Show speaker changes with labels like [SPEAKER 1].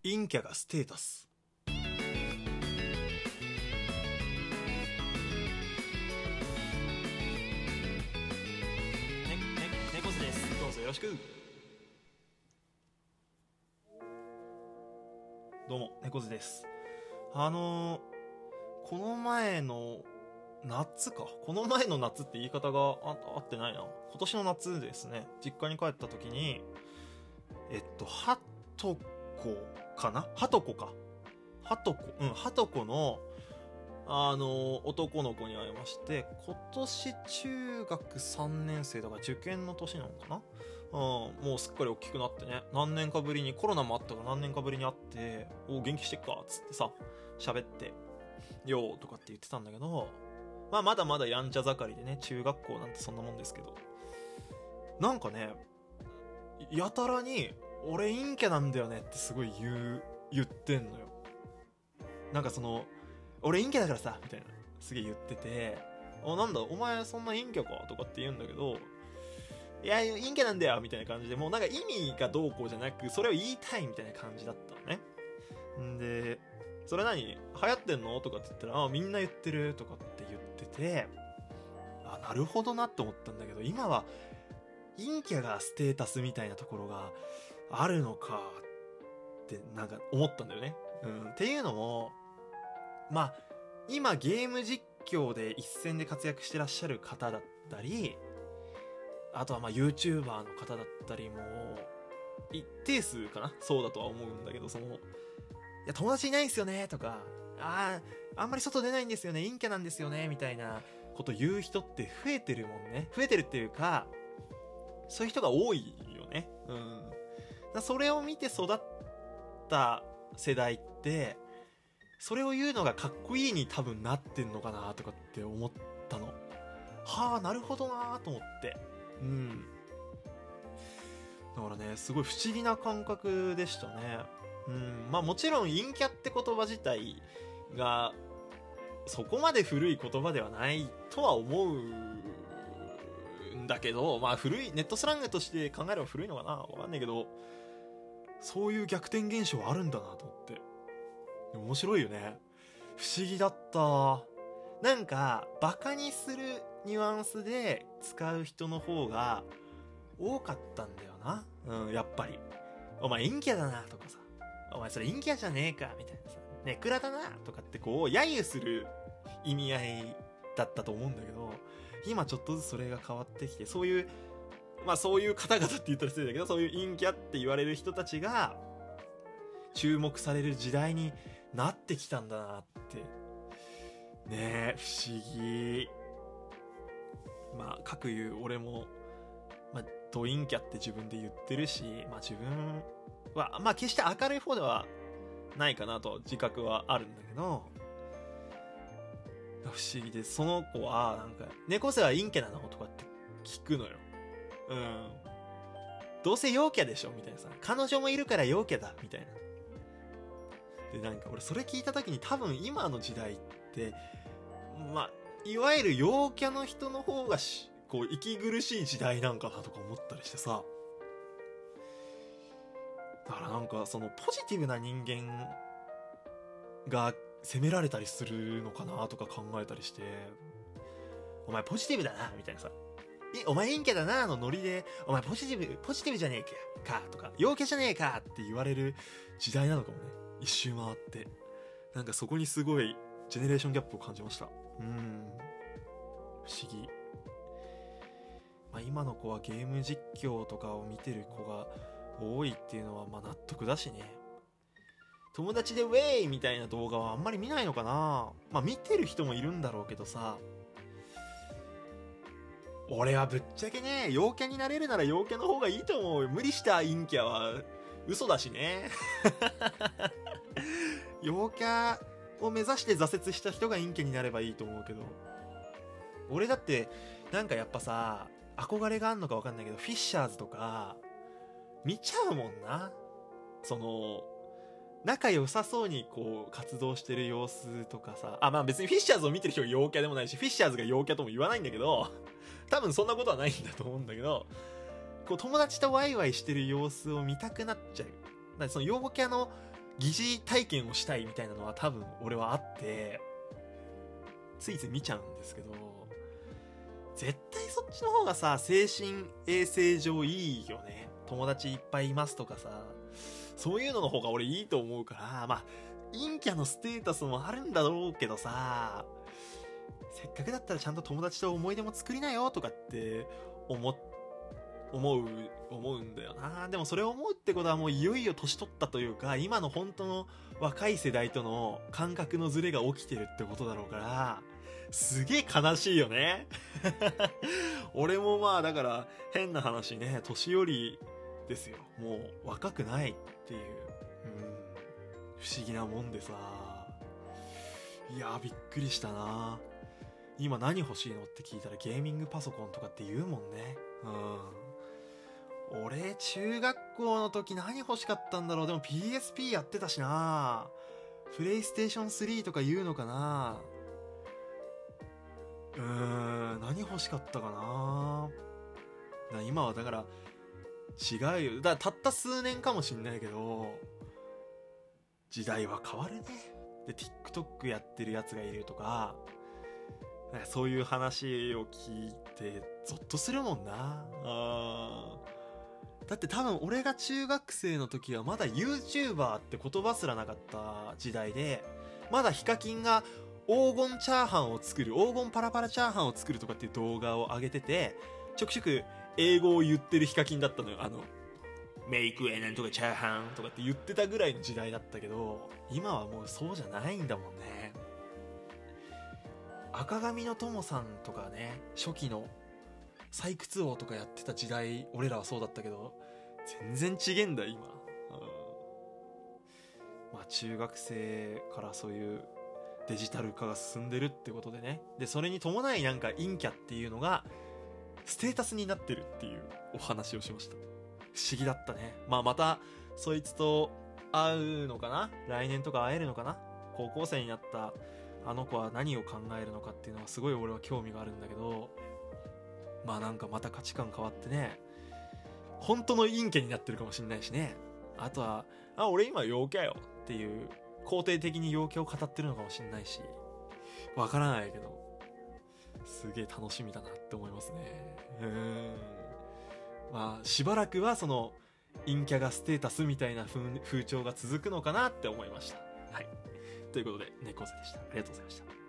[SPEAKER 1] 陰キャがステータス。
[SPEAKER 2] 猫背です。
[SPEAKER 1] どうぞよろしく。どうも猫背です。この前の夏って言い方が合ってないな。今年の夏ですね、実家に帰った時にはとこかなはとこの男の子に会いまして、今年中学3年生だから受験の年なのかな。もうすっかり大きくなってね、何年かぶりに、コロナもあったから何年かぶりに会って、お元気してっかっつってさ喋ってよーとかって言ってたんだけど、まだまだやんちゃ盛りでね、中学校なんてそんなもんですけど、なんかね、やたらに俺陰キャなんだよねってすごい言ってんのよ。なんか俺陰キャだからさみたいなすげえ言ってて、なんだお前そんな陰キャかとかって言うんだけど、いや陰キャなんだよみたいな感じで、もうなんか意味がどうこうじゃなく、それを言いたいみたいな感じだったのね。んで、それ何流行ってんのとかって言ったら、みんな言ってるとかって言ってて、なるほどなって思ったんだけど、今は陰キャがステータスみたいなところがあるのかってなんか思ったんだよね。っていうのも、今ゲーム実況で一線で活躍してらっしゃる方だったり、あとはYouTuber の方だったりも一定数かな、そうだとは思うんだけど、いや友達いないんすよねとか、あんまり外出ないんですよね、陰キャなんですよねみたいなこと言う人って増えてるもんね。増えてるっていうか、そういう人が多いよね。それを見て育った世代って、それを言うのがかっこいいに多分なってんのかなとかって思ったの。はあ、なるほどなと思って。だからね、すごい不思議な感覚でしたね。もちろん陰キャって言葉自体がそこまで古い言葉ではないとは思うんだけど、古いネットスラングとして考えれば古いのかな、わかんないけど、そういう逆転現象あるんだなと思って、面白いよね。不思議だった。なんかバカにするニュアンスで使う人の方が多かったんだよな。やっぱりお前陰キャだなとかさ、お前それ陰キャじゃねえかみたいなさ、ネクラだなとかってこう揶揄する意味合いだったと思うんだけど、今ちょっとずつそれが変わってきて、そういう方々って言ったら失礼だけど、そういう陰キャって言われる人たちが注目される時代になってきたんだなってねえ、不思議。かくいう俺もド陰キャって自分で言ってるし、自分は決して明るい方ではないかなと自覚はあるんだけど、不思議で、その子はなんか猫背は陰キャなのとかって聞くのよ。どうせ陽キャでしょみたいなさ、彼女もいるから陽キャだみたいな。でなんか俺それ聞いた時に、多分今の時代っていわゆる陽キャの人の方がこう息苦しい時代なんかなとか思ったりしてさ、だからなんかポジティブな人間が責められたりするのかなとか考えたりして、お前ポジティブだなみたいなさ、お前陰キャだなのノリで、お前ポジティブじゃねえかとか、陽キャじゃねえかって言われる時代なのかもね。一周回って、なんかそこにすごいジェネレーションギャップを感じました。不思議。今の子はゲーム実況とかを見てる子が多いっていうのは納得だしね。友達でウェイみたいな動画はあんまり見ないのかな。見てる人もいるんだろうけどさ、俺はぶっちゃけね、陽キャになれるなら陽キャの方がいいと思う。無理した陰キャは嘘だしね。陽キャを目指して挫折した人が陰キャになればいいと思うけど、俺だってなんかやっぱさ、憧れがあんのか分かんないけど、フィッシャーズとか見ちゃうもんな。仲良さそうにこう活動してる様子とかさ、別にフィッシャーズを見てる人が陽キャでもないし、フィッシャーズが陽キャとも言わないんだけど、多分そんなことはないんだと思うんだけど、こう友達とワイワイしてる様子を見たくなっちゃう。だからその陽キャの疑似体験をしたいみたいなのは多分俺はあって、ついつい見ちゃうんですけど、絶対そっちの方がさ、精神衛生上いいよね。友達いっぱいいますとかさ、そういうのの方が俺いいと思うから、まあ陰キャのステータスもあるんだろうけどさ、せっかくだったらちゃんと友達と思い出も作りなよとかって思うんだよな。でもそれを思うってことはもういよいよ年取ったというか、今の本当の若い世代との感覚のズレが起きてるってことだろうから、すげえ悲しいよね。俺もまあだから変な話ね、年寄りですよ。もう若くないっていう、不思議なもんでさ。いやーびっくりしたな。今何欲しいのって聞いたらゲーミングパソコンとかって言うもんね。俺中学校の時何欲しかったんだろう。でも PSP やってたしな。プレイステーション3とか言うのかな。何欲しかったかな。今はだから違うよ。たった数年かもしんないけど、時代は変わるね。で TikTok やってるやつがいるとか、そういう話を聞いてゾッとするもんな。だって多分俺が中学生の時はまだ YouTuber って言葉すらなかった時代で、まだヒカキンが黄金チャーハンを作る、黄金パラパラチャーハンを作るとかっていう動画を上げてて、ちょくちょく英語を言ってるヒカキンだったのよ。メイクなんとかチャーハンとかって言ってたぐらいの時代だったけど、今はもうそうじゃないんだもんね。赤髪の友さんとかね、初期の採掘王とかやってた時代、俺らはそうだったけど、全然違えんだ今。まあ中学生からそういうデジタル化が進んでるってことでね。でそれに伴いなんか陰キャっていうのがステータスになってるっていうお話をしました。不思議だったね。まあまたそいつと会うのかな、来年とか会えるのかな。高校生になったあの子は何を考えるのかっていうのはすごい俺は興味があるんだけど、まあなんかまた価値観変わってね、本当の陰キャになってるかもしんないしね。あとは俺今陽キャよっていう肯定的に陽キャを語ってるのかもしんないし、わからないけどすげえ楽しみだなって思いますね。まあしばらくはその陰キャがステータスみたいな風潮が続くのかなって思いました。はい、ということで猫背でした。ありがとうございました。